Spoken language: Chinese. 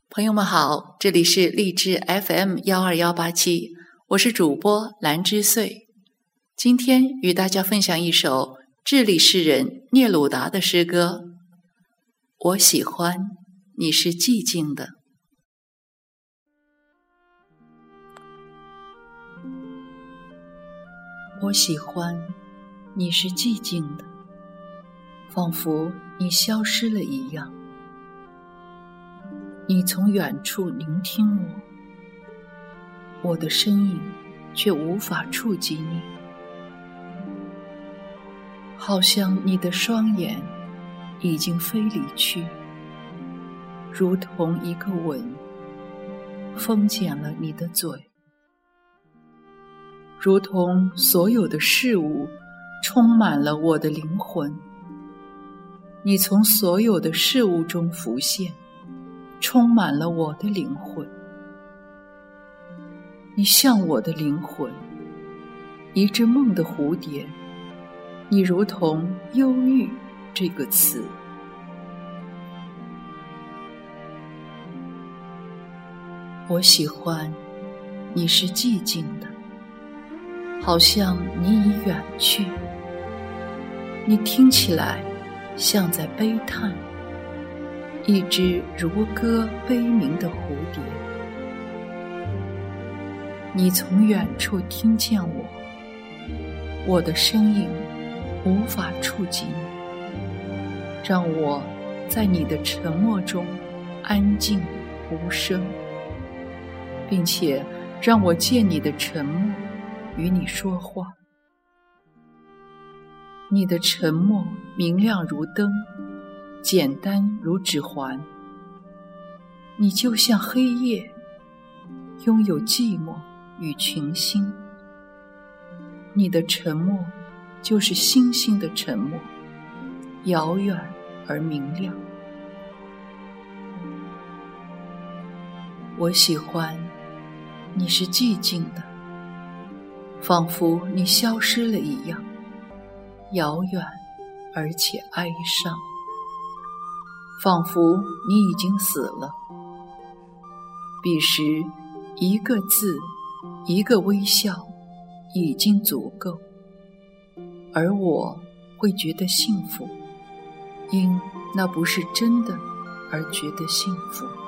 朋友们好，这里是励志 FM12187，我是主播兰之穗。今天与大家分享一首智利诗人聂鲁达的诗歌。我喜欢你是寂静的。我喜欢你是寂静的，仿佛你消失了一样。你从远处聆听我的声音却无法触及你，好像你的双眼已经飞离去，如同一个吻封缄了你的嘴，如同所有的事物充满了我的灵魂。你从所有的事物中浮现，充满了我的灵魂。你像我的灵魂，一只梦的蝴蝶，你如同忧郁这个词。我喜欢你是寂静的，好像你已远去，你听起来像在悲叹，一只如歌悲鸣的蝴蝶。你从远处听见我的声音无法触及你，让我在你的沉默中安静无声，并且让我借你的沉默与你说话。你的沉默明亮如灯，简单如指环。你就像黑夜，拥有寂寞与群星。你的沉默就是星星的沉默，遥远而明亮。我喜欢你是寂静的，仿佛你消失了一样，遥远而且哀伤，仿佛你已经死了。彼时一个字，一个微笑已经足够，而我会觉得幸福，因那不是真的而觉得幸福。